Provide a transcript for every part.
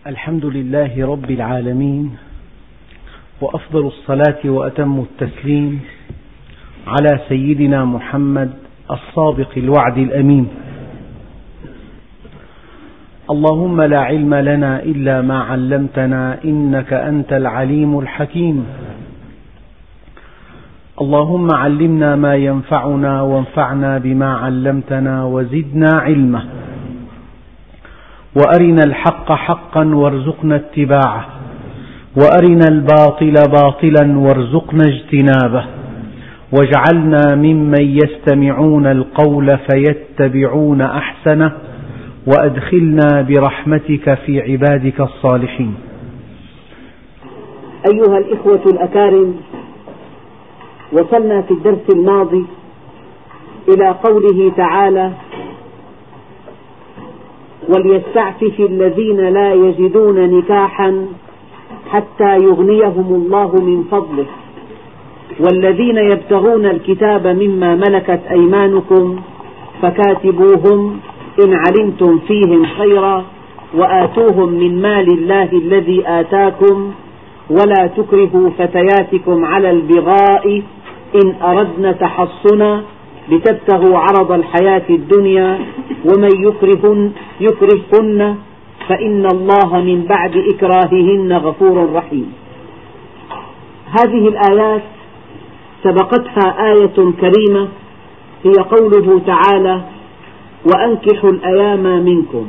الحمد لله رب العالمين، وأفضل الصلاة وأتم التسليم على سيدنا محمد الصادق الوعد الأمين. اللهم لا علم لنا إلا ما علمتنا إنك أنت العليم الحكيم. اللهم علمنا ما ينفعنا وانفعنا بما علمتنا وزدنا علما، وأرنا الحق حقا وارزقنا اتباعه، وأرنا الباطل باطلا وارزقنا اجتنابه، واجعلنا ممن يستمعون القول فيتبعون أحسنه، وأدخلنا برحمتك في عبادك الصالحين. أيها الإخوة الأكارم، وصلنا في الدرس الماضي إلى قوله تعالى: وليستعفف الذين لا يجدون نكاحا حتى يغنيهم الله من فضله، والذين يبتغون الكتاب مما ملكت أيمانكم فكاتبوهم إن علمتم فيهم خيرا، وآتوهم من مال الله الذي آتاكم، ولا تكرهوا فتياتكم على البغاء إن أردنا تحصنا لتبتغوا عرض الحياة الدنيا، ومن يكرهن فإن الله من بعد إكراههن غفور رحيم. هذه الآيات سبقتها آية كريمة هي قوله تعالى: وأنكحوا الأيام منكم.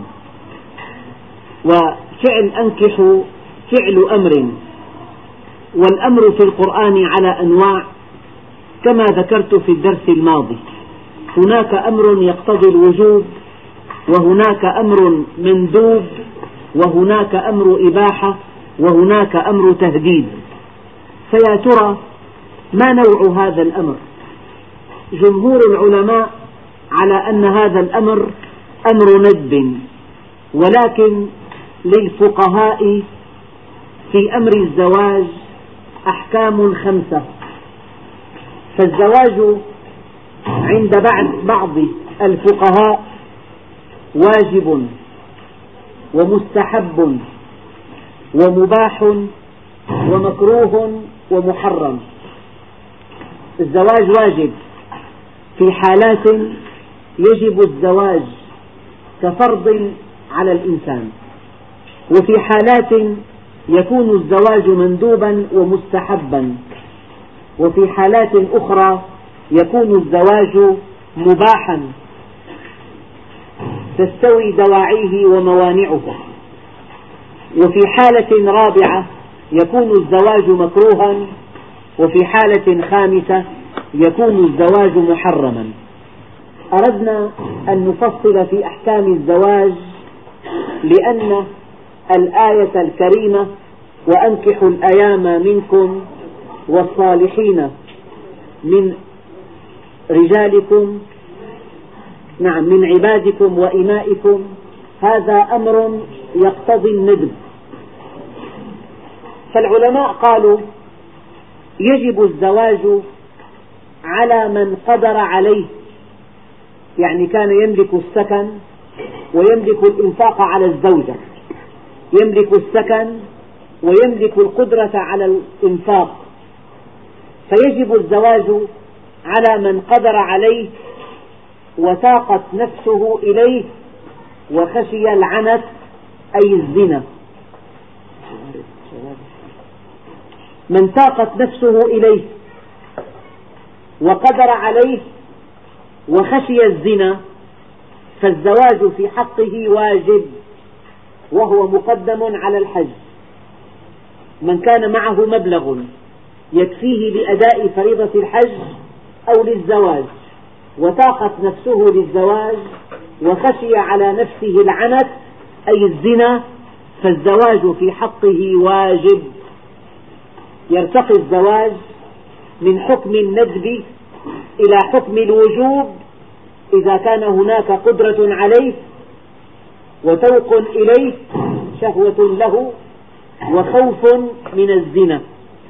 وفعل أنكحوا فعل أمر، والأمر في القرآن على أنواع كما ذكرت في الدرس الماضي. هناك أمر يقتضي الوجوب، وهناك أمر مندوب، وهناك أمر إباحة، وهناك أمر تهديد. فيا ترى ما نوع هذا الأمر؟ جمهور العلماء على أن هذا الأمر أمر ندب، ولكن للفقهاء في أمر الزواج أحكام 5. فالزواج عند بعض الفقهاء واجب ومستحب ومباح ومكروه ومحرم. الزواج واجب في حالات يجب الزواج كفرض على الإنسان، وفي حالات يكون الزواج مندوبا ومستحبا، وفي حالات أخرى يكون الزواج مباحا تستوي دواعيه وموانعه، وفي حالة رابعة يكون الزواج مكروها، وفي حالة خامسة يكون الزواج محرما. أردنا أن نفصل في أحكام الزواج، لأن الآية الكريمة: وأنكحوا الأيام منكم والصالحين من رجالكم، من عبادكم وإمائكم، هذا أمر يقتضي الندب. فالعلماء قالوا: يجب الزواج على من قدر عليه، يعني كان يملك السكن ويملك الإنفاق على الزوجة، يملك السكن ويملك القدرة على الإنفاق، فيجب الزواج على من قدر عليه وساقت نفسه إليه وخشي العنت أي الزنا. من ساقت نفسه إليه وقدر عليه وخشي الزنا فالزواج في حقه واجب، وهو مقدم على الحج. من كان معه مبلغ يكفيه لأداء فريضة الحج أو للزواج، وساقت نفسه للزواج وخشي على نفسه العنت أي الزنا، فالزواج في حقه واجب. يرتقي الزواج من حكم الندب إلى حكم الوجوب إذا كان هناك قدرة عليه وتوق إليه، شهوة له، وخوف من الزنا.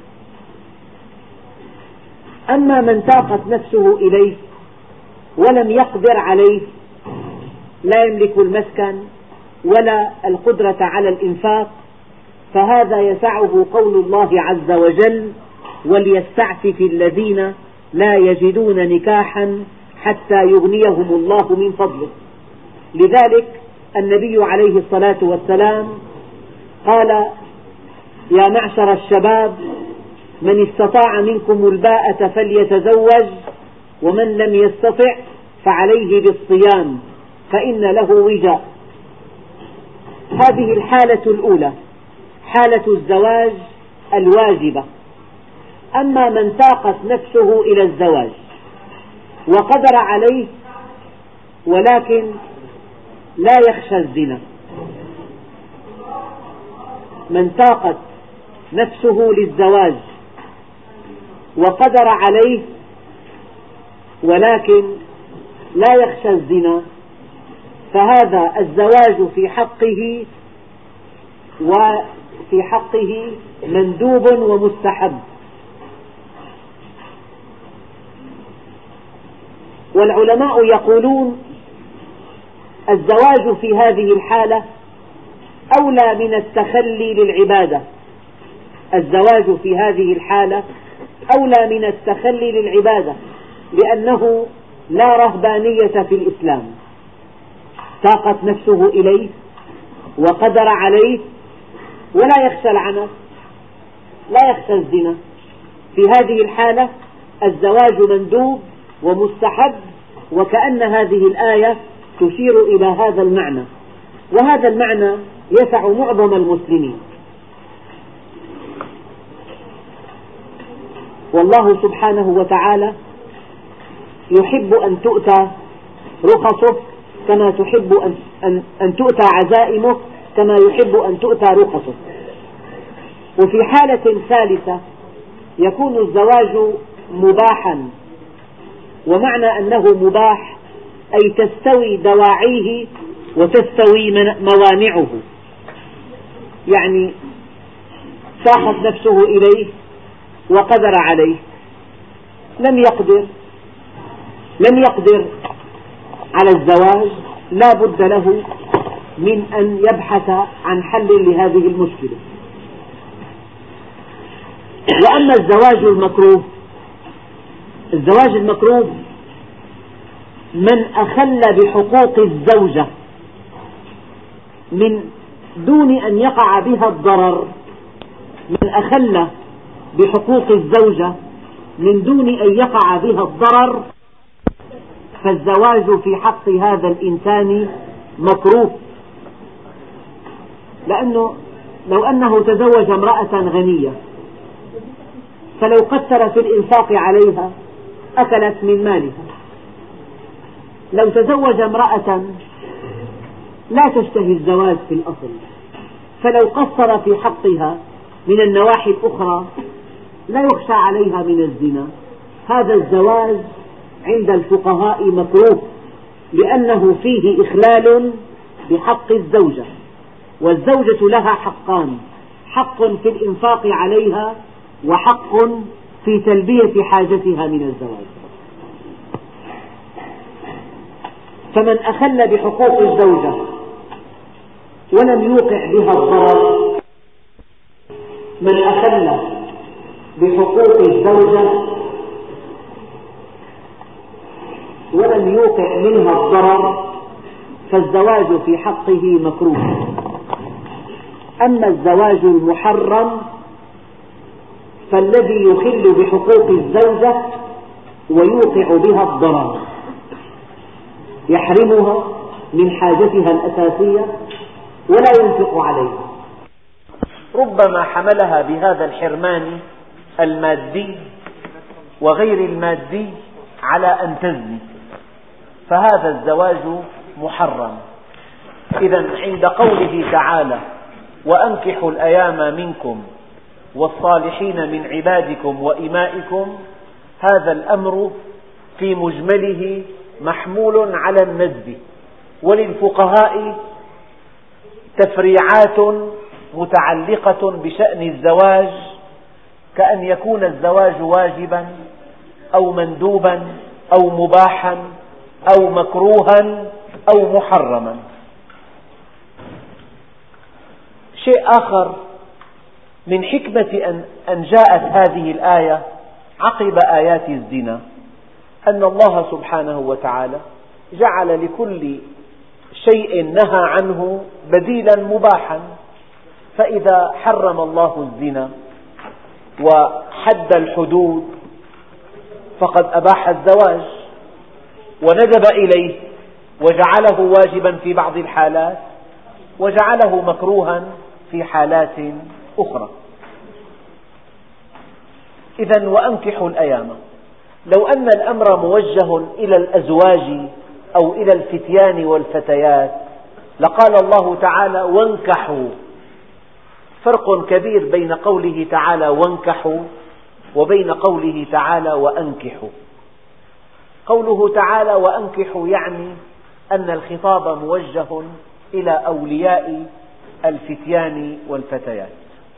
أما من ساقت نفسه إليه ولم يقدر عليه، لا يملك المسكن ولا القدرة على الإنفاق، فهذا يسعه قول الله عز وجل: وليستعفف الذين لا يجدون نكاحا حتى يغنيهم الله من فضله. لذلك النبي عليه الصلاة والسلام قال: يا معشر الشباب، من استطاع منكم الباءة فليتزوج، ومن لم يستطع فعليه بالصيام فإن له وجاء. هذه الحالة الأولى، حالة الزواج الواجبة. أما من ساقت نفسه إلى الزواج وقدر عليه ولكن لا يخشى الزنا، من ساقت نفسه للزواج وقدر عليه ولكن لا يخشى الزنا، فهذا الزواج في حقه مندوب ومستحب. والعلماء يقولون: الزواج في هذه الحالة أولى من التخلي للعبادة، الزواج في هذه الحالة أولى من التخلي للعبادة، لأنه لا رهبانية في الإسلام، ساقت نفسه إليه وقدر عليه ولا يخشى العنف، لا يخشى الزنا. في هذه الحالة الزواج مندوب ومستحب، وكأن هذه الآية تشير إلى هذا المعنى، وهذا المعنى يسع معظم المسلمين. والله سبحانه وتعالى يحب أن تؤتى رخصه كما تحب أن تؤتى عزائمه، كما يحب أن تؤتى رخصه. وفي حالة ثالثة يكون الزواج مباحا، ومعنى أنه مباح أي تستوي دواعيه وتستوي موانعه، يعني ساقت نفسه إليه وقدر عليه، لم يقدر على الزواج، لا بد له من أن يبحث عن حل لهذه المشكلة. وأما الزواج المكروه من أخل بحقوق الزوجة من دون أن يقع بها الضرر، من أخل بحقوق الزوجة من دون أن يقع بها الضرر، فالزواج في حق هذا الإنسان مكروه، لأنه لو أنه تزوج امرأة غنية فلو قصر في الإنفاق عليها أكلت من مالها، لو تزوج امرأة لا تشتهي الزواج في الأصل فلو قصر في حقها من النواحي الأخرى لا يخشى عليها من الزنا. هذا الزواج عند الفقهاء مكروه، لأنه فيه إخلال بحق الزوجة، والزوجة لها حقان: حق في الإنفاق عليها، وحق في تلبية حاجتها من الزواج. فمن أخل بحقوق الزوجة ولم يوقع بها الضرر، من أخل بحقوق الزوجة ولم يوقع منها الضرر فالزواج في حقه مكروه. أما الزواج المحرم فالذي يخل بحقوق الزوجة ويوقع بها الضرر، يحرمها من حاجتها الأساسية ولا ينفق عليها، ربما حملها بهذا الحرمان المادي وغير المادي على أن تزني، فهذا الزواج محرم. إذن عند قوله تعالى: وأنكحوا الأيام منكم والصالحين من عبادكم وإمائكم، هذا الأمر في مجمله محمول على الندب، وللفقهاء تفريعات متعلقة بشأن الزواج، كأن يكون الزواج واجبا أو مندوبا أو مباحا أو مكروها أو محرما. شيء آخر من حكمة أن جاءت هذه الآية عقب آيات الزنا أن الله سبحانه وتعالى جعل لكل شيء نهى عنه بديلا مباحا، فإذا حرم الله الزنا وحد الحدود فقد أباح الزواج وندب إليه وجعله واجبا في بعض الحالات وجعله مكروها في حالات أخرى. إذن وأنكحوا الأيام، لو أن الأمر موجه إلى الأزواج أو إلى الفتيان والفتيات لقال الله تعالى وانكحوا. فرق كبير بين قوله تعالى وانكحوا وبين قوله تعالى وأنكحوا. قوله تعالى وأنكحوا يعني أن الخطاب موجه إلى أولياء الفتيان والفتيات.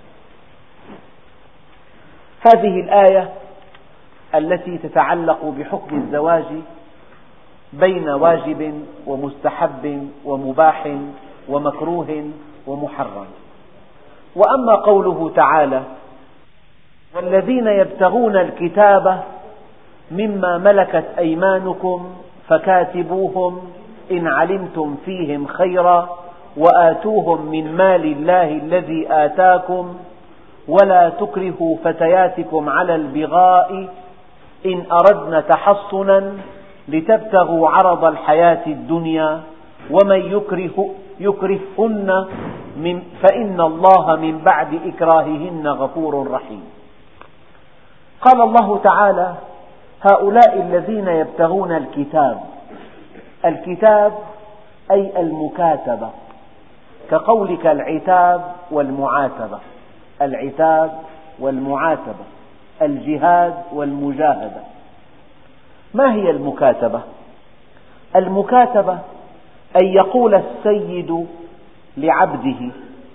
هذه الآية التي تتعلق بحكم الزواج بين واجب ومستحب ومباح ومكروه ومحرم. وأما قوله تعالى والذين يبتغون الكتاب مما ملكت أيمانكم فكاتبوهم إن علمتم فيهم خيرا وآتوهم من مال الله الذي آتاكم ولا تكرهوا فتياتكم على البغاء إن أردنا تحصنا لتبتغوا عرض الحياة الدنيا ومن يكرههن فإن الله من بعد إكراههن غفور رحيم. قال الله تعالى هؤلاء الذين يبتغون الكتاب، الكتاب أي المكاتبة، كقولك العتاب والمعاتبة، العتاب والمعاتبة، الجهاد والمجاهدة. ما هي المكاتبة؟ المكاتبة أن يقول السيد لعبده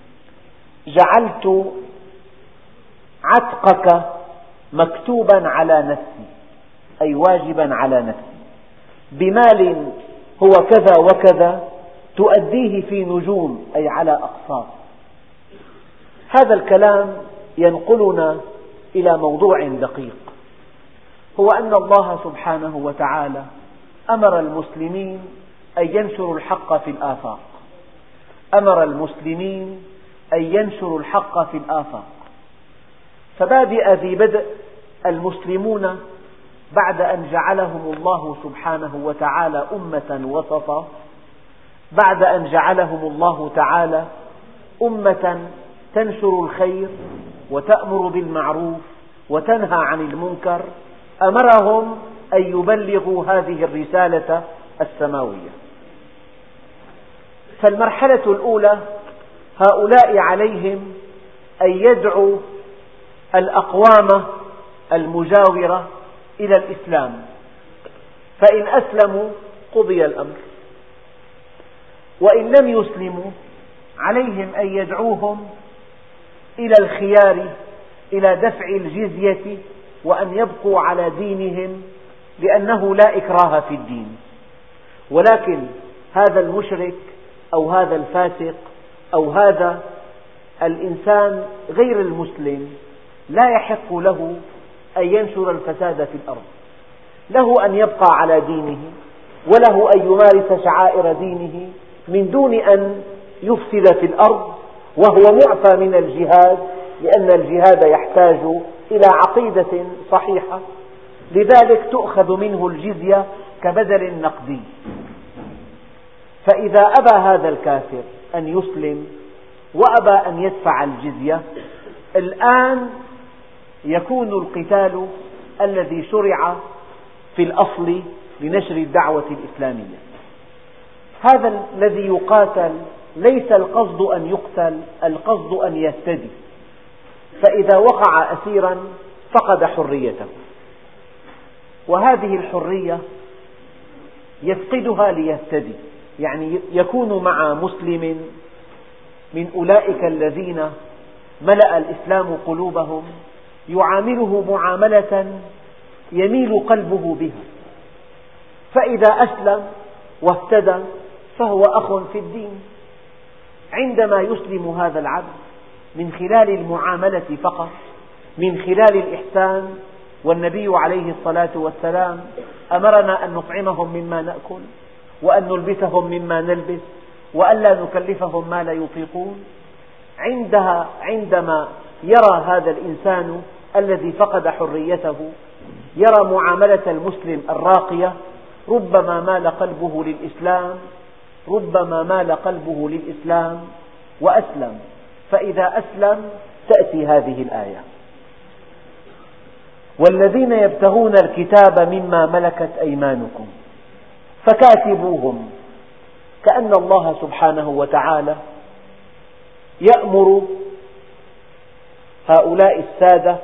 جعلت عتقك مكتوبا على نفسي، أي واجبا على نفسي، بمال هو كذا وكذا تؤديه في نجوم، أي على أقساط. هذا الكلام ينقلنا إلى موضوع دقيق، هو أن الله سبحانه وتعالى أمر المسلمين أن ينشروا الحق في الآفاق، أمر المسلمين أن ينشروا الحق في الآفاق. فبادئ ذي بدء المسلمون بعد أن جعلهم الله سبحانه وتعالى أمة وسطا، بعد أن جعلهم الله تعالى أمة تنشر الخير وتأمر بالمعروف وتنهى عن المنكر، أمرهم أن يبلغوا هذه الرسالة السماوية. فالمرحلة الأولى هؤلاء عليهم أن يدعوا الأقوام المجاورة إلى الإسلام، فإن أسلموا قضي الأمر، وإن لم يسلموا عليهم أن يدعوهم إلى الخيار، إلى دفع الجزية وأن يبقوا على دينهم، لأنه لا إكراه في الدين. ولكن هذا المشرك أو هذا الفاسق أو هذا الإنسان غير المسلم لا يحق له أن ينشر الفساد في الأرض، له أن يبقى على دينه وله أن يمارس شعائر دينه من دون أن يفسد في الأرض، وهو معفى من الجهاد، لأن الجهاد يحتاج إلى عقيدة صحيحة، لذلك تؤخذ منه الجزية كبدل نقدي. فإذا أبى هذا الكافر أن يسلم وأبى أن يدفع الجزية، الآن يكون القتال الذي شرع في الأصل لنشر الدعوة الإسلامية. هذا الذي يقاتل ليس القصد أن يقتل، القصد أن يهتدي، فإذا وقع أسيرا فقد حريته، وهذه الحرية يفقدها ليهتدي، يعني يكون مع مسلم من أولئك الذين ملأ الإسلام قلوبهم يعامله معاملة يميل قلبه بها، فإذا أسلم واهتدى فهو أخ في الدين. عندما يسلم هذا العبد من خلال المعاملة فقط، من خلال الإحسان، والنبي عليه الصلاة والسلام أمرنا أن نطعمهم مما نأكل، وأن نلبسهم مما نلبس، وألا نكلفهم ما لا يطيقون. عندما يرى هذا الإنسان الذي فقد حريته، يرى معاملة المسلم الراقية، ربما مال قلبه للإسلام، ربما مال قلبه للإسلام وأسلم. فإذا أسلم تأتي هذه الآية: والذين يبتغون الكتاب مما ملكت أيمانكم فكاتبوهم. كأن الله سبحانه وتعالى يأمر هؤلاء السادة،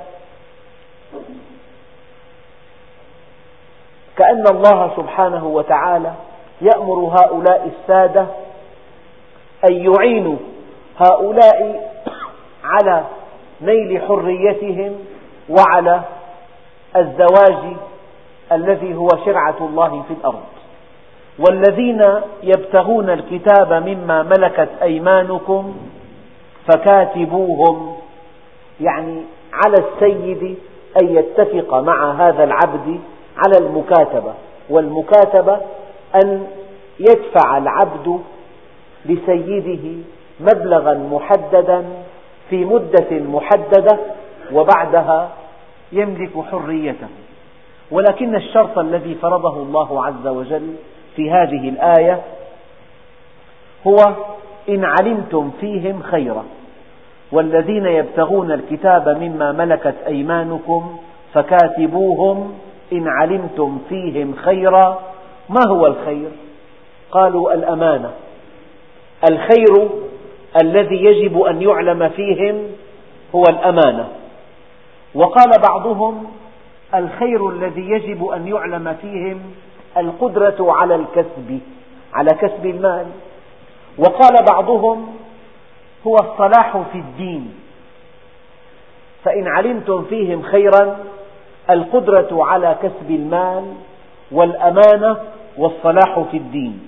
كأن الله سبحانه وتعالى يأمر هؤلاء السادة أن يعينوا هؤلاء على نيل حريتهم وعلى الزواج الذي هو شرعة الله في الأرض. والذين يبتغون الكتاب مما ملكت أيمانكم فكاتبوهم، يعني على السيد أن يتفق مع هذا العبد على المكاتبة، والمكاتبة أن يدفع العبد لسيده مبلغا محددا في مدة محددة، وبعدها يملك حريته. ولكن الشرط الذي فرضه الله عز وجل في هذه الآية هو: إن علمتم فيهم خيرا. والذين يبتغون الكتاب مما ملكت أيمانكم فكاتبوهم إن علمتم فيهم خيرا. ما هو الخير؟ قالوا: الأمانة. الخير الذي يجب أن يعلم فيهم هو الأمانة. وقال بعضهم: الخير الذي يجب أن يعلم فيهم القدرة على الكسب، على كسب المال. وقال بعضهم: هو الصلاح في الدين. فإن علمتم فيهم خيرا، القدرة على كسب المال والأمانة والصلاح في الدين.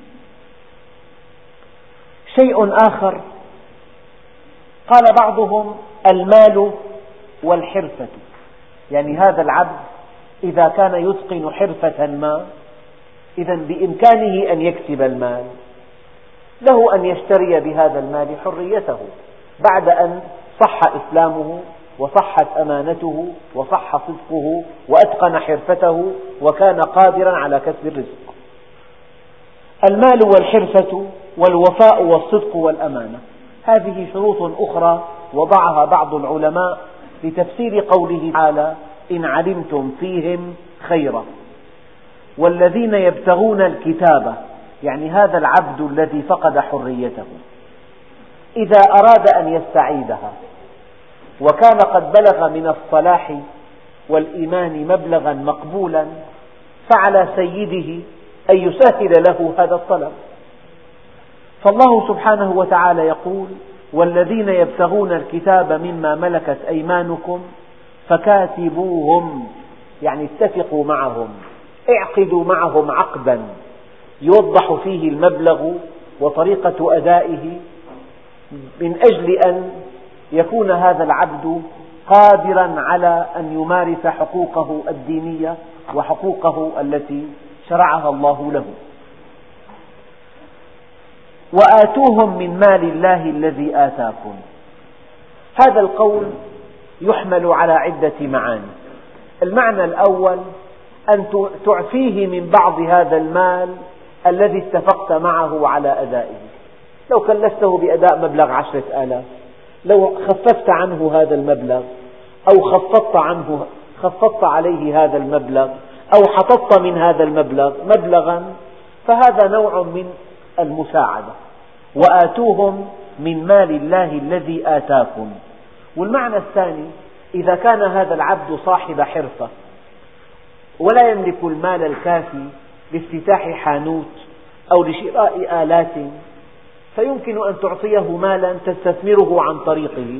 شيء آخر، قال بعضهم: المال والحرفة. يعني هذا العبد إذا كان يتقن حرفة ما، إذا بإمكانه أن يكسب المال، له أن يشتري بهذا المال حريته بعد أن صح إسلامه وصحت أمانته وصح صدقه وأتقن حرفته وكان قادرا على كسب الرزق. المال والحرفة والوفاء والصدق والأمانة، هذه شروط أخرى وضعها بعض العلماء لتفسير قوله تعالى: إن علمتم فيهم خيرا. والذين يبتغون الكتاب، يعني هذا العبد الذي فقد حريته إذا أراد أن يستعيدها وكان قد بلغ من الصلاح والإيمان مبلغا مقبولا، فعلى سيده أن يسهل له هذا الطلب. فالله سبحانه وتعالى يقول: والذين يبتغون الكتاب مما ملكت أيمانكم فكاتبوهم، يعني اتفقوا معهم، اعقدوا معهم عقدا يوضح فيه المبلغ وطريقة أدائه، من أجل أن يكون هذا العبد قادرا على أن يمارس حقوقه الدينية وحقوقه التي شرعها الله له. وآتوهم من مال الله الذي آتاكم. هذا القول يحمل على عدة معاني. المعنى الأول: أن تعفيه من بعض هذا المال الذي اتفقت معه على أدائه. لو كلفته بأداء مبلغ 10,000، لو خففت عنه هذا المبلغ أو خفضت عليه هذا المبلغ أو حططت من هذا المبلغ مبلغا، فهذا نوع من المساعدة. وآتوهم من مال الله الذي آتاكم. والمعنى الثاني: إذا كان هذا العبد صاحب حرفة ولا يملك المال الكافي لافتتاح حانوت أو لشراء آلات، فيمكن أن تعطيه مالا تستثمره عن طريقه،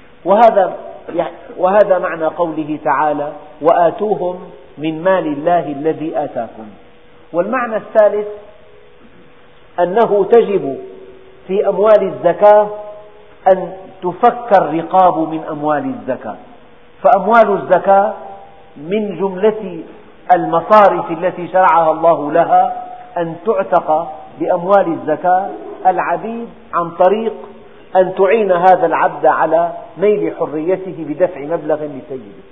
وهذا معنى قوله تعالى: وآتوهم من مال الله الذي آتاكم. والمعنى الثالث: أنه تجب في أموال الزكاة أن تفك الرقاب من أموال الزكاة، فأموال الزكاة من جملة المصارف التي شرعها الله لها أن تعتق بأموال الزكاة العبيد عن طريق أن تعين هذا العبد على نيل حريته بدفع مبلغ لسيده.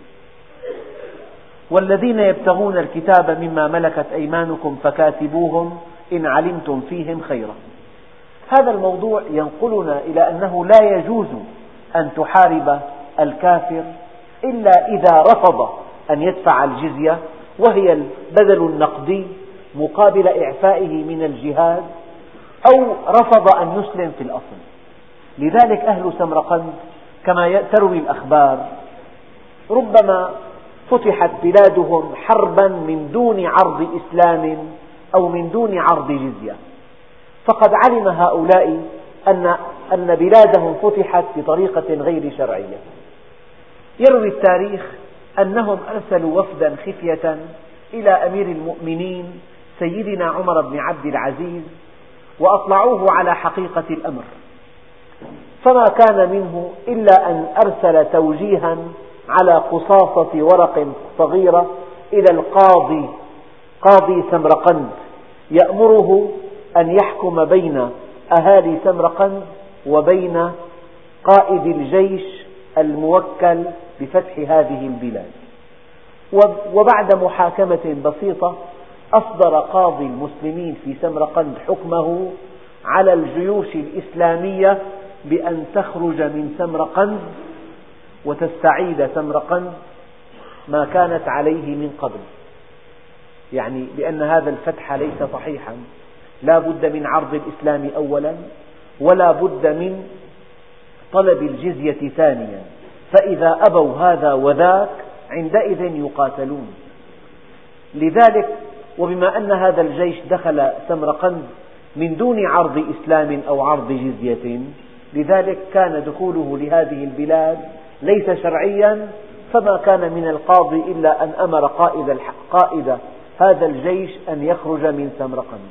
والذين يبتغون الكتاب مما ملكت أيمانكم فكاتبوهم إن علمتم فيهم خيرا. هذا الموضوع ينقلنا إلى أنه لا يجوز أن تحارب الكافر إلا إذا رفض أن يدفع الجزية، وهي البذل النقدي مقابل إعفائه من الجهاد، أو رفض أن يسلم في الأصل. لذلك أهل سمرقند كما تروي الأخبار ربما فتحت بلادهم حربا من دون عرض إسلام أو من دون عرض جزية، فقد علم هؤلاء أن بلادهم فتحت بطريقة غير شرعية. يروي التاريخ أنهم أرسلوا وفدا خفية إلى أمير المؤمنين سيدنا عمر بن عبد العزيز وأطلعوه على حقيقة الأمر، فما كان منه إلا أن أرسل توجيها على قصاصة ورق صغيرة إلى القاضي، قاضي سمرقند، يأمره أن يحكم بين أهالي سمرقند وبين قائد الجيش الموكل بفتح هذه البلاد. وبعد محاكمة بسيطة أصدر قاضي المسلمين في سمرقند حكمه على الجيوش الإسلامية بأن تخرج من سمرقند وتستعيد سمرقند ما كانت عليه من قبل، يعني بأن هذا الفتح ليس صحيحا، لا بد من عرض الإسلام أولا، ولا بد من طلب الجزية ثانيا، فإذا أبوا هذا وذاك عندئذ يقاتلون. لذلك وبما أن هذا الجيش دخل سمرقند من دون عرض إسلام أو عرض جزية، لذلك كان دخوله لهذه البلاد ليس شرعيا، فما كان من القاضي إلا أن أمر قائد هذا الجيش أن يخرج من سمرقند.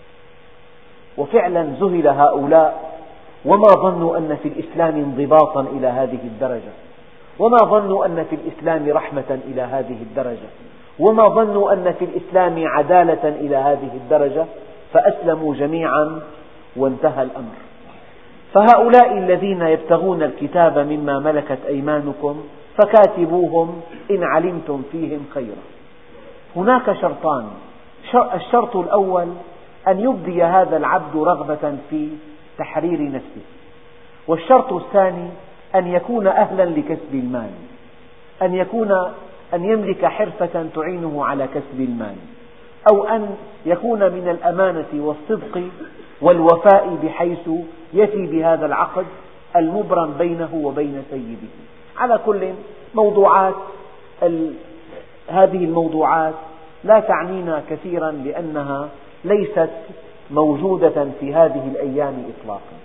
وفعلا ذهل هؤلاء، وما ظنوا أن في الإسلام انضباطا إلى هذه الدرجة، وما ظنوا أن في الإسلام رحمة إلى هذه الدرجة، وما ظنوا أن في الإسلام عدالة إلى هذه الدرجة، فأسلموا جميعا وانتهى الأمر. فهؤلاء الذين يبتغون الكتاب مما ملكت أيمانكم فكاتبوهم إن علمتم فيهم خيرا. هناك شرطان: الشرط الأول أن يبدي هذا العبد رغبة في تحرير نفسه، والشرط الثاني أن يكون أهلا لكسب المال، أن يملك حرفة تعينه على كسب المال، أو أن يكون من الأمانة والصدق والوفاء بحيث يفي بهذا العقد المبرم بينه وبين سيده. على كل هذه الموضوعات لا تعنينا كثيرا لأنها ليست موجودة في هذه الأيام إطلاقا.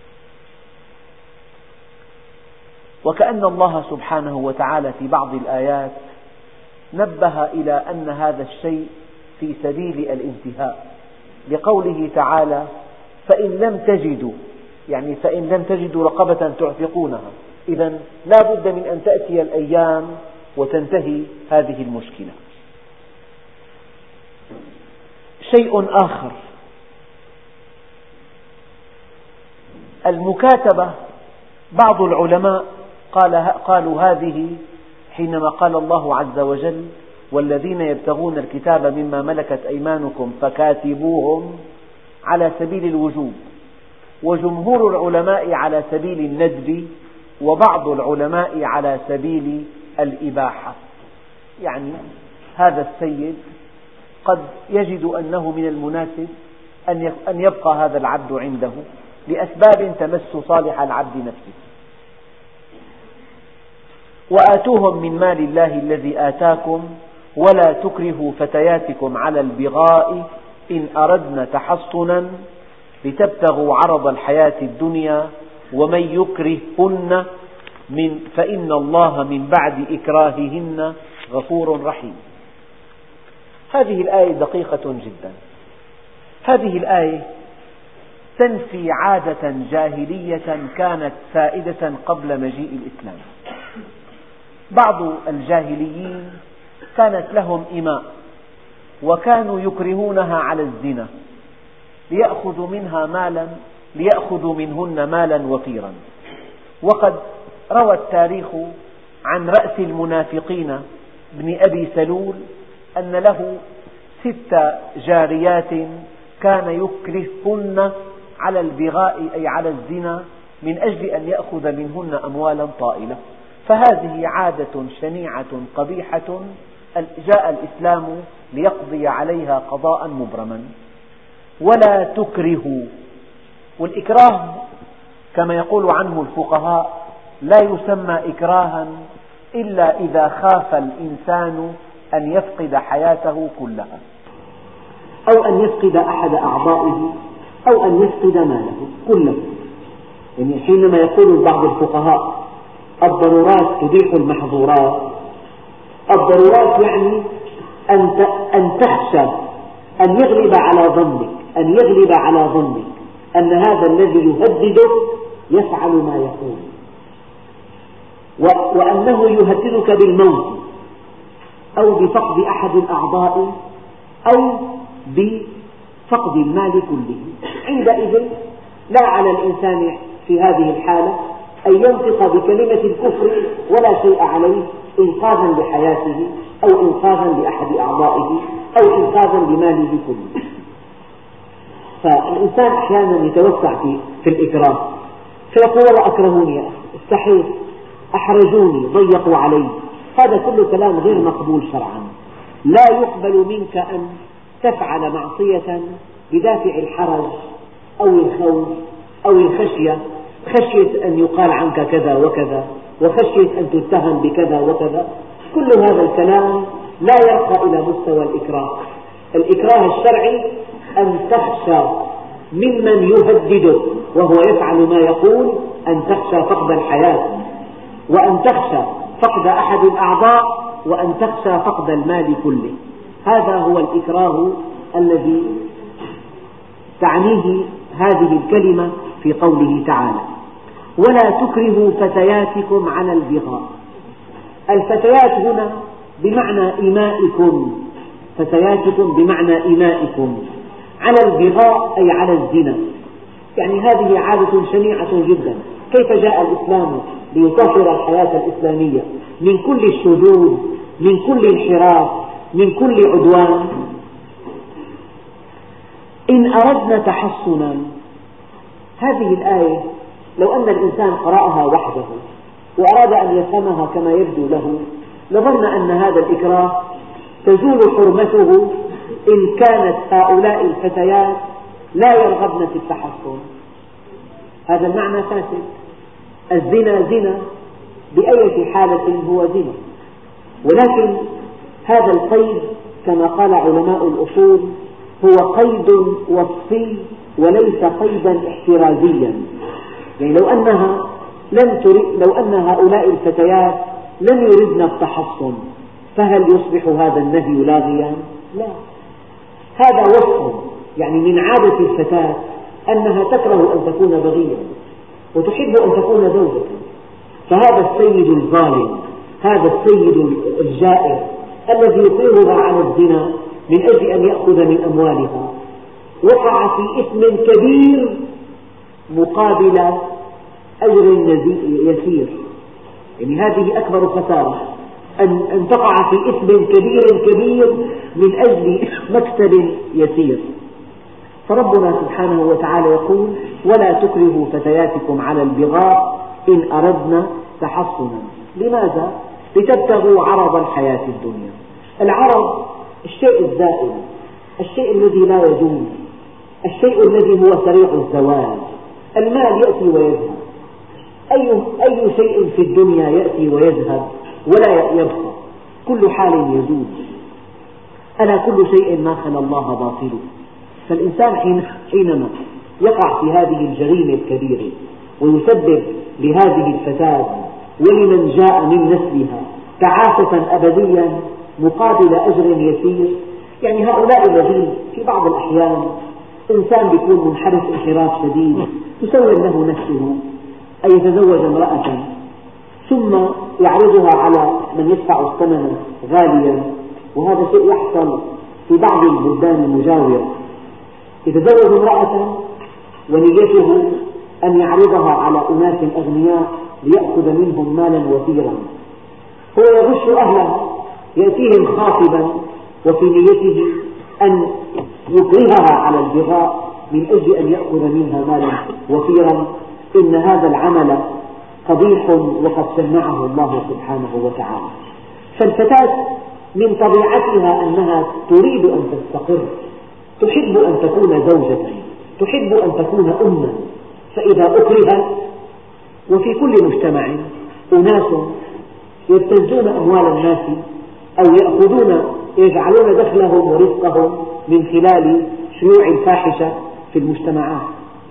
وكأن الله سبحانه وتعالى في بعض الآيات نبه إلى أن هذا الشيء في سبيل الانتهاء، لقوله تعالى: فإن لم تجدوا رقبة تعتقونها. إذن لا بد من أن تأتي الأيام وتنتهي هذه المشكلة. شيء آخر: المكاتبة. بعض العلماء قالوا هذه حينما قال الله عز وجل: والذين يبتغون الكتاب مما ملكت أيمانكم فكاتبوهم، على سبيل الوجوب، وجمهور العلماء على سبيل الندب، وبعض العلماء على سبيل الإباحة. يعني هذا السيد قد يجد أنه من المناسب أن يبقى هذا العبد عنده لأسباب تمس صالح العبد نفسه. وآتوهم من مال الله الذي آتاكم ولا تكرهوا فتياتكم على البغاء إن أردنا تحصنا لتبتغوا عرض الحياة الدنيا ومن يكرههن فإن الله من بعد إكراههن غفور رحيم. هذه الآية دقيقة جدا. هذه الآية تنفي عادة جاهلية كانت سائدة قبل مجيء الإسلام. بعض الجاهليين كانت لهم إماء وكانوا يكرهونها على الزنا ليأخذوا منهن مالا وفيرا. وقد روى التاريخ عن رأس المنافقين ابن أبي سلول أن له 6 جاريات كان يكرههن على البغاء أي على الزنا من أجل أن يأخذ منهن أموالا طائلة. فهذه عادة شنيعة قبيحة جاء الإسلام ليقضي عليها قضاء مبرما. ولا تكرهوا، والإكراه كما يقول عنه الفقهاء لا يسمى إكراها إلا إذا خاف الإنسان أن يفقد حياته كلها، أو أن يفقد أحد أعضائه، أو أن يفقد ماله كله. يعني حينما يقول بعض الفقهاء الضرورات تبيح المحظورات، الضرورات يعني أن تخشى أن يغلب على ظنك أن هذا الذي يهددك يفعل ما يقول، وأنه يهددك بالموت أو بفقد أحد الأعضاء أو بفقد المال كله. عندئذ لا على الإنسان في هذه الحالة أن ينطق بكلمة الكفر ولا شيء عليه إنقاذا لحياته أو إنقاذا لأحد أعضائه أو إنقاذا لماله كله. فالإنسان أحيانا يتوسع في الإكراه، فيقول والله أكرهوني، استحيت، أحرجوني، ضيقوا علي. هذا كله كلام غير مقبول شرعا. لا يقبل منك أن تفعل معصية بدافع الحرج أو الخوف أو الخشية، خشية أن يقال عنك كذا وكذا، وخشية أن تتهم بكذا وكذا. كل هذا الكلام لا يرقى إلى مستوى الإكراه. الإكراه الشرعي أن تخشى ممن يهددك وهو يفعل ما يقول، أن تخشى فقد الحياة، وأن تخشى فقد أحد الأعضاء، وأن تخشى فقد المال كله. هذا هو الإكراه الذي تعنيه هذه الكلمة في قوله تعالى: ولا تكرهوا فتياتكم على البغاء. الفتيات هنا بمعنى إمائكم، فتياتكم بمعنى إمائكم، على البغاء أي على الزنا. يعني هذه عادة شنيعة جدا. كيف جاء الإسلام ليطهر الحياة الإسلامية من كل الشذوذ، من كل انحراف، من كل عدوان. إن أردنا تحصنا، هذه الآية لو أن الإنسان قرأها وحده وأراد أن يفهمها كما يبدو له لظن أن هذا الإكراه تزول حرمته إن كانت هؤلاء الفتيات لا يرغبن في التحصن. هذا المعنى فاسد. الزنا زنا بأية حالة هو زنا، ولكن هذا القيد كما قال علماء الأصول هو قيد وصفي وليس قيدا احترازيا. يعني لو أن هؤلاء الفتيات لم يردن التحصن فهل يصبح هذا النهي لاغيا؟ لا، هذا وصف. يعني من عادة الفتاة أنها تكره أن تكون بغيا وتحب أن تكون زوجة. فهذا السيد الظالم، هذا السيد الجائر الذي يقرها على الزنا من أجل أن يأخذ من أموالها وقع في إثم كبير مقابل أجر يسير. يعني هذه أكبر خسارة، أن تقع في إثم كبير من أجل مكسب يسير. فربنا سبحانه وتعالى يقول: ولا تكرهوا فتياتكم على البغاء إن أردنا تحصنا. لماذا؟ لتبتغوا عرض الحياة الدنيا. العرض الشيء الزائل، الشيء الذي لا يدوم، الشيء الذي هو سريع الزوال. المال يأتي ويذهب، أي شيء في الدنيا يأتي ويذهب ولا يبقى، كل حال يزول. ألا كل شيء ما خلا الله باطل. فالإنسان حينما يقع في هذه الجريمة الكبيرة ويسبب لهذه الفتاة ولمن جاء من نسلها تعاسة أبديا مقابل أجر يسير. يعني هؤلاء الذين في بعض الأحيان إنسان يكون منحرف انحراف شديد تسول له نفسه أن يتزوج امرأة ثم يعرضها على من يدفع الثمن غاليا، وهذا شيء يحصل في بعض البلدان المجاورة. يتزوج امرأة ونيته أن يعرضها على أناس أغنياء ليأخذ منهم مالا وفيرا، هو يغش أهلها، يأتيهم خاطبا وفي نيته أن يكرهها على البغاء من أجل أن يأخذ منها مالا وفيرا. إن هذا العمل قبيح وقد شنعه الله سبحانه وتعالى. فالفتاة من طبيعتها أنها تريد أن تستقر، تحب أن تكون زوجة، تحب أن تكون أما، فإذا أكرهت، وفي كل مجتمع أناس يبتزون أموال الناس أو يجعلون دخلهم ورزقهم من خلال شيوع الفاحشة في المجتمعات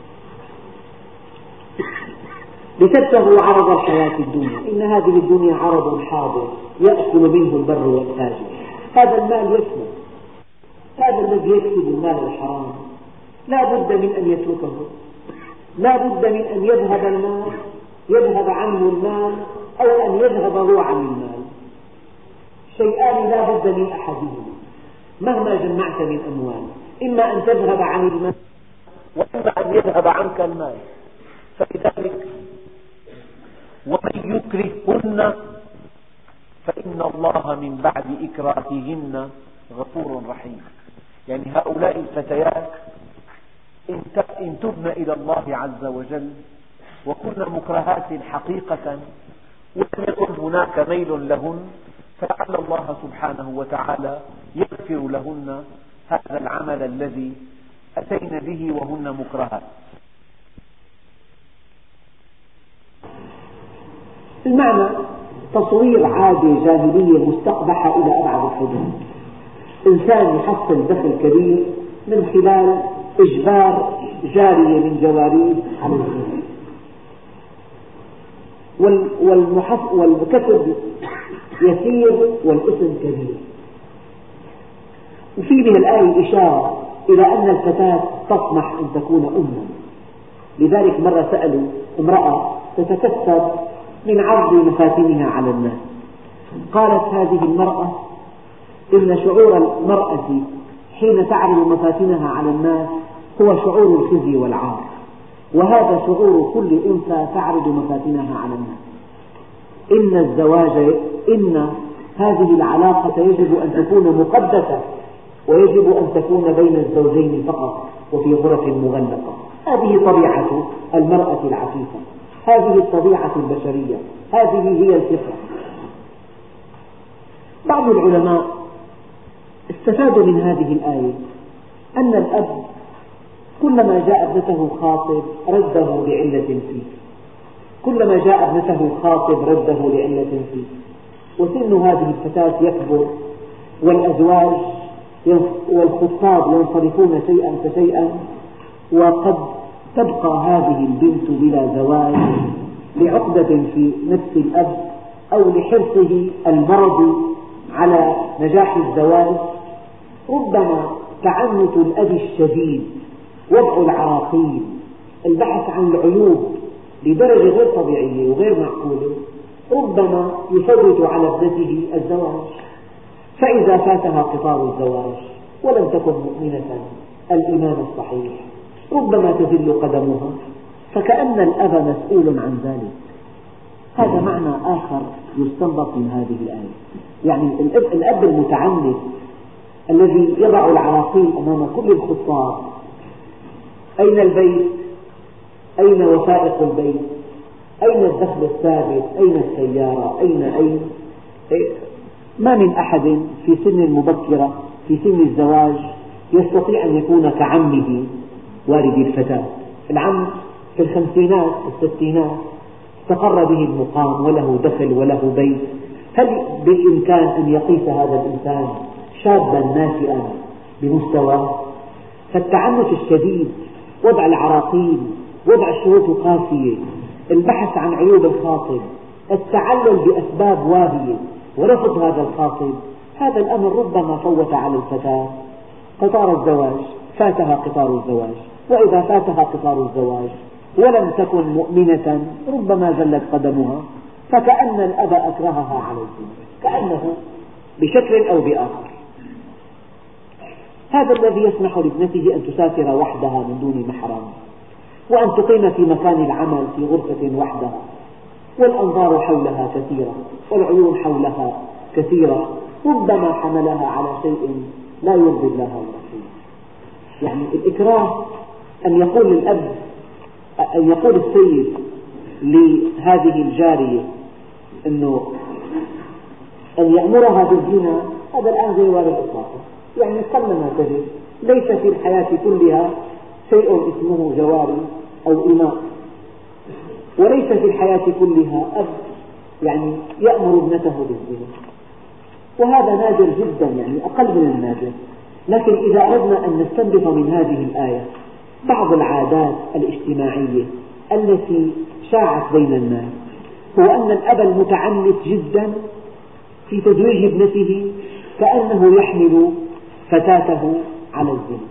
لتبتغوا عرض الحياة الدنيا. إن هذه الدنيا عرض حاضر يأكل منه البر والفاجر. هذا المال يفنى، هذا الذي يكسب المال الحرام لا بد من أن يتركه، لا بد من أن يذهب عنه المال أو أن يذهب هو عن المال. شيئان لا بد من أحدهما مهما جمعت من أموال، إما أن تذهب عن المال وإما أن يذهب عنك المال. فلذلك ومن يكرههن فإن الله من بعد إكراههن غفور رحيم. يعني هؤلاء الفتيات إن تبن إلى الله عز وجل وكن مكرهات حقيقة ولم يكن هناك ميل لهن، فلعل الله سبحانه وتعالى يغفر لهن هذا العمل الذي أتين به وهن مكرهات. المعنى تصوير عادة جاهلية مستقبحة إلى أبعد الحدود. إنسان يحصل دخل كبير من خلال إجبار جارية من جواريه على الزنا، والكسب يسير والإثم كبير. وفي به الآية إشارة إلى أن الفتاة تطمح أن تكون أما. لذلك مرة سألوا امرأة تتكسب من عرض مفاتنها على الناس، قالت هذه المرأة إن شعور المرأة حين تعرض مفاتنها على الناس هو شعور الخزي والعار، وهذا شعور كل أنثى تعرض مفاتنها على الناس. إن هذه العلاقة يجب أن تكون مقدسة، ويجب أن تكون بين الزوجين فقط وفي غرف مغلقة. هذه طبيعة المرأة العفيفة، هذه الطبيعة البشرية، هذه هي الفطرة. بعض العلماء استفادوا من هذه الآية أن الأب كلما جاء ابنته خاطب رده لعلة فيه، كلما جاء ابنته خاطب رده لعلة فيه. وسن هذه الفتاة يكبر، والأزواج والخطاب ينصرفون شيئا فشيئا، وقد تبقى هذه البنت بلا زواج لعقدة في نفس الأب أو لحرصه المرضي على نجاح الزواج. ربما تعنت الأب الشديد، وضع العراقيل، البحث عن العيوب لدرجة غير طبيعية وغير معقولة، ربما يفوت على ابنته الزواج. فإذا فاتها قطار الزواج ولم تكن مؤمنة الإيمان الصحيح ربما تزل قدمها، فكأن الأب مسؤول عن ذلك. هذا معنى آخر يستنبط من هذه الآية. يعني الأب المتعنت الذي يضع العراقيل أمام كل الخطاب، أين البيت؟ أين وثائق البيت؟ أين الدخل الثابت؟ أين السيارة؟ أين ما من أحد في سن مبكرة في سن الزواج يستطيع أن يكون كعمه والد الفتاة. العم في الخمسينات الستينات استقر به المقام وله دخل وله بيت. هل بالإمكان أن يقيس هذا الإنسان شابا ناشئا بمستواه؟ فالتعنت الشديد، وضع العراقيل، وضع الشروط القاسية، البحث عن عيوب الخاطب، التعلل بأسباب واهية ورفض هذا الخاطب، هذا الأمر ربما فوت على الفتاة قطار الزواج. فاتها قطار الزواج، وإذا فاتها قطار الزواج ولم تكن مؤمنة ربما زلت قدمها، فكأن الأب أكرهها على الزنا، كأنه بشكل أو بآخر. هذا الذي يسمح لابنته أن تسافر وحدها من دون محرم، وأن تقيم في مكان العمل في غرفة وحدها، والأنظار حولها كثيرة والعيون حولها كثيرة، ربما حملها على شيء لا يرضي الله ورسوله. يعني الإكراه أن يقول للأب، أن يقول السيد لهذه الجارية أنه أن يأمرها بالزنا، هذا الآن غير وارد إطلاقا. يعني قلما تجد، ليس في الحياة كلها شيء اسمه جواري أو إماء، وليس في الحياة كلها أب يعني يأمر ابنته بالزنا، وهذا نادر جدا، يعني أقل من النادر. لكن إذا أردنا أن نستنبط من هذه الآية بعض العادات الاجتماعية التي شاعت بين الناس، هو أن الأب المتعنت جدا في تزويج ابنته كأنه يحمل فتاته على الزنا.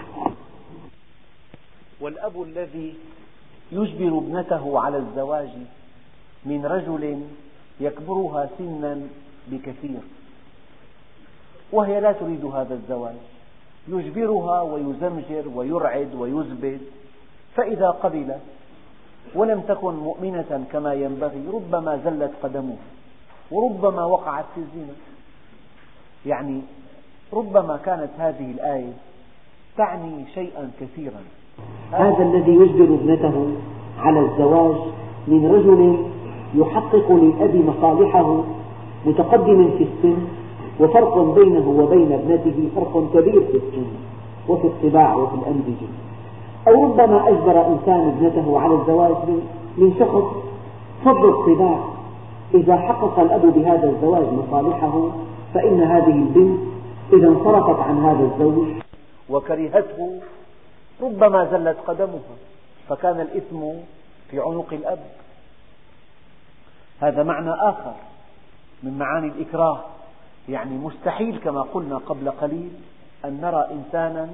والأب الذي يجبر ابنته على الزواج من رجل يكبرها سنا بكثير، وهي لا تريد هذا الزواج، يجبرها ويزمجر ويرعد ويزبد، فإذا قبلت ولم تكن مؤمنة كما ينبغي ربما زلت قدمها، وربما وقعت في الزنا. يعني ربما كانت هذه الآية تعني شيئا كثيرا. هذا الذي يجبر ابنته على الزواج من رجل يحقق للأب مصالحه متقدم في السن، وفرق بينه وبين ابنته فرق كبير في السن وفي الطباع وفي الأنسجة. أو ربما أجبر إنسان ابنته على الزواج من شخص فض الطباع. إذا حقق الأب بهذا الزواج مصالحه، فإن هذه البنت إذا انصرفت عن هذا الزوج وكرهته ربما زلت قدمها، فكان الإثم في عنق الأب. هذا معنى آخر من معاني الإكراه. يعني مستحيل كما قلنا قبل قليل أن نرى إنسانا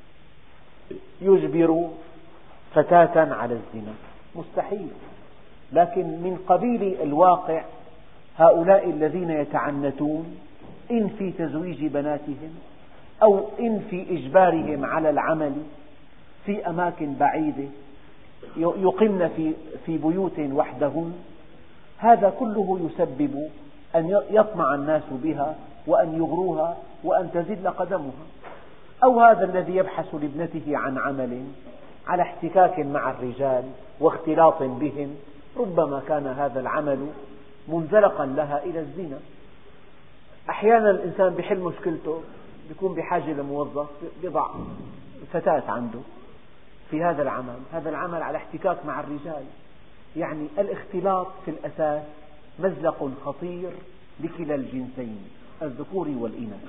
يجبر فتاة على الزنا، مستحيل. لكن من قبيل الواقع هؤلاء الذين يتعنتون إن في تزويج بناتهم أو إن في إجبارهم على العمل في أماكن بعيدة، يقمن في بيوت وحدهن، هذا كله يسبب أن يطمع الناس بها وأن يغروها وأن تزل قدمها. أو هذا الذي يبحث لابنته عن عمل على احتكاك مع الرجال واختلاط بهم، ربما كان هذا العمل منزلقا لها إلى الزنا. أحيانا الإنسان بحل مشكلته، يكون بحاجة لموظف يضع فتاة عنده في هذا العمل، هذا العمل على احتكاك مع الرجال. يعني الاختلاط في الأساس مزلق خطير لكلا الجنسين، الذكور والإناث.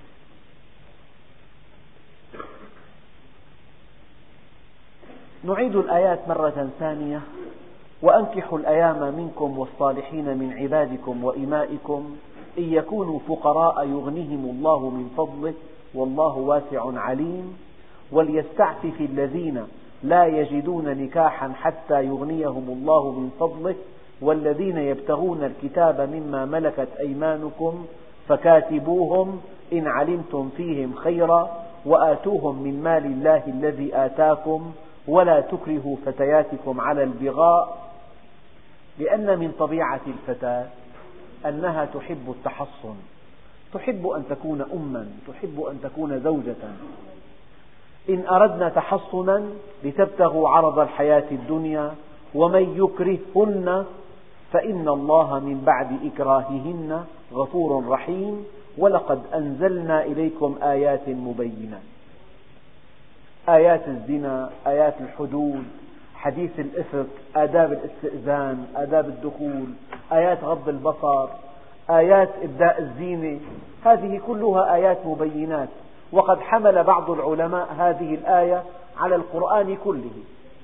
نعيد الآيات مرة ثانية: وأنكحوا الأيام منكم والصالحين من عبادكم وإمائكم إن يكونوا فقراء يغنهم الله من فضله والله واسع عليم، وليستعفف الذين لا يجدون نكاحا حتى يغنيهم الله من فضله، والذين يبتغون الكتاب مما ملكت أيمانكم فكاتبوهم إن علمتم فيهم خيرا وآتوهم من مال الله الذي آتاكم ولا تكرهوا فتياتكم على البغاء، لأن من طبيعة الفتاة أنها تحب التحصن، تحب أن تكون أمًا، تحب أن تكون زوجة. إن أردنا تحصنا لتبتغوا عرض الحياة الدنيا ومن يكرههن فإن الله من بعد إكراههن غفور رحيم، ولقد أنزلنا إليكم آيات مبينات. آيات الزنا، آيات الحدود، حديث الإفك، آداب الاستئذان، آداب الدخول، آيات غض البصر، آيات إبداء الزينة، هذه كلها آيات مبينات. وقد حمل بعض العلماء هذه الآية على القرآن كله: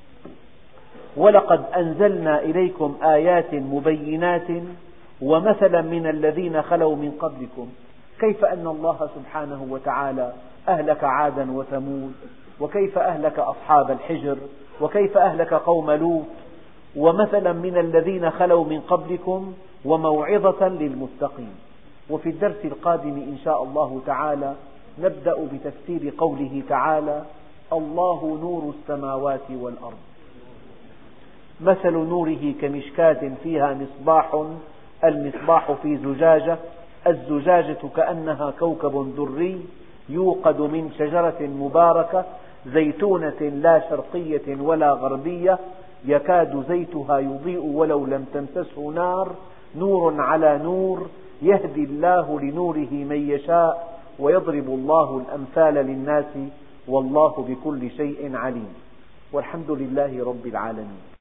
ولقد أنزلنا إليكم آيات مبينات ومثلا من الذين خلوا من قبلكم. كيف أن الله سبحانه وتعالى أهلك عادا وثمود وكيف أهلك أصحاب الحجر، وكيف أهلك قوم لوط، ومثلا من الذين خلوا من قبلكم وموعظة للمتقين. وفي الدرس القادم إن شاء الله تعالى نبدأ بتفسير قوله تعالى: الله نور السماوات والأرض، مثل نوره كمشكاة فيها مصباح، المصباح في زجاجة، الزجاجة كأنها كوكب دري يوقد من شجرة مباركة زيتونة لا شرقية ولا غربية يكاد زيتها يضيء ولو لم تمسسه نار، نور على نور، يهدي الله لنوره من يشاء ويضرب الله الأمثال للناس والله بكل شيء عليم. والحمد لله رب العالمين.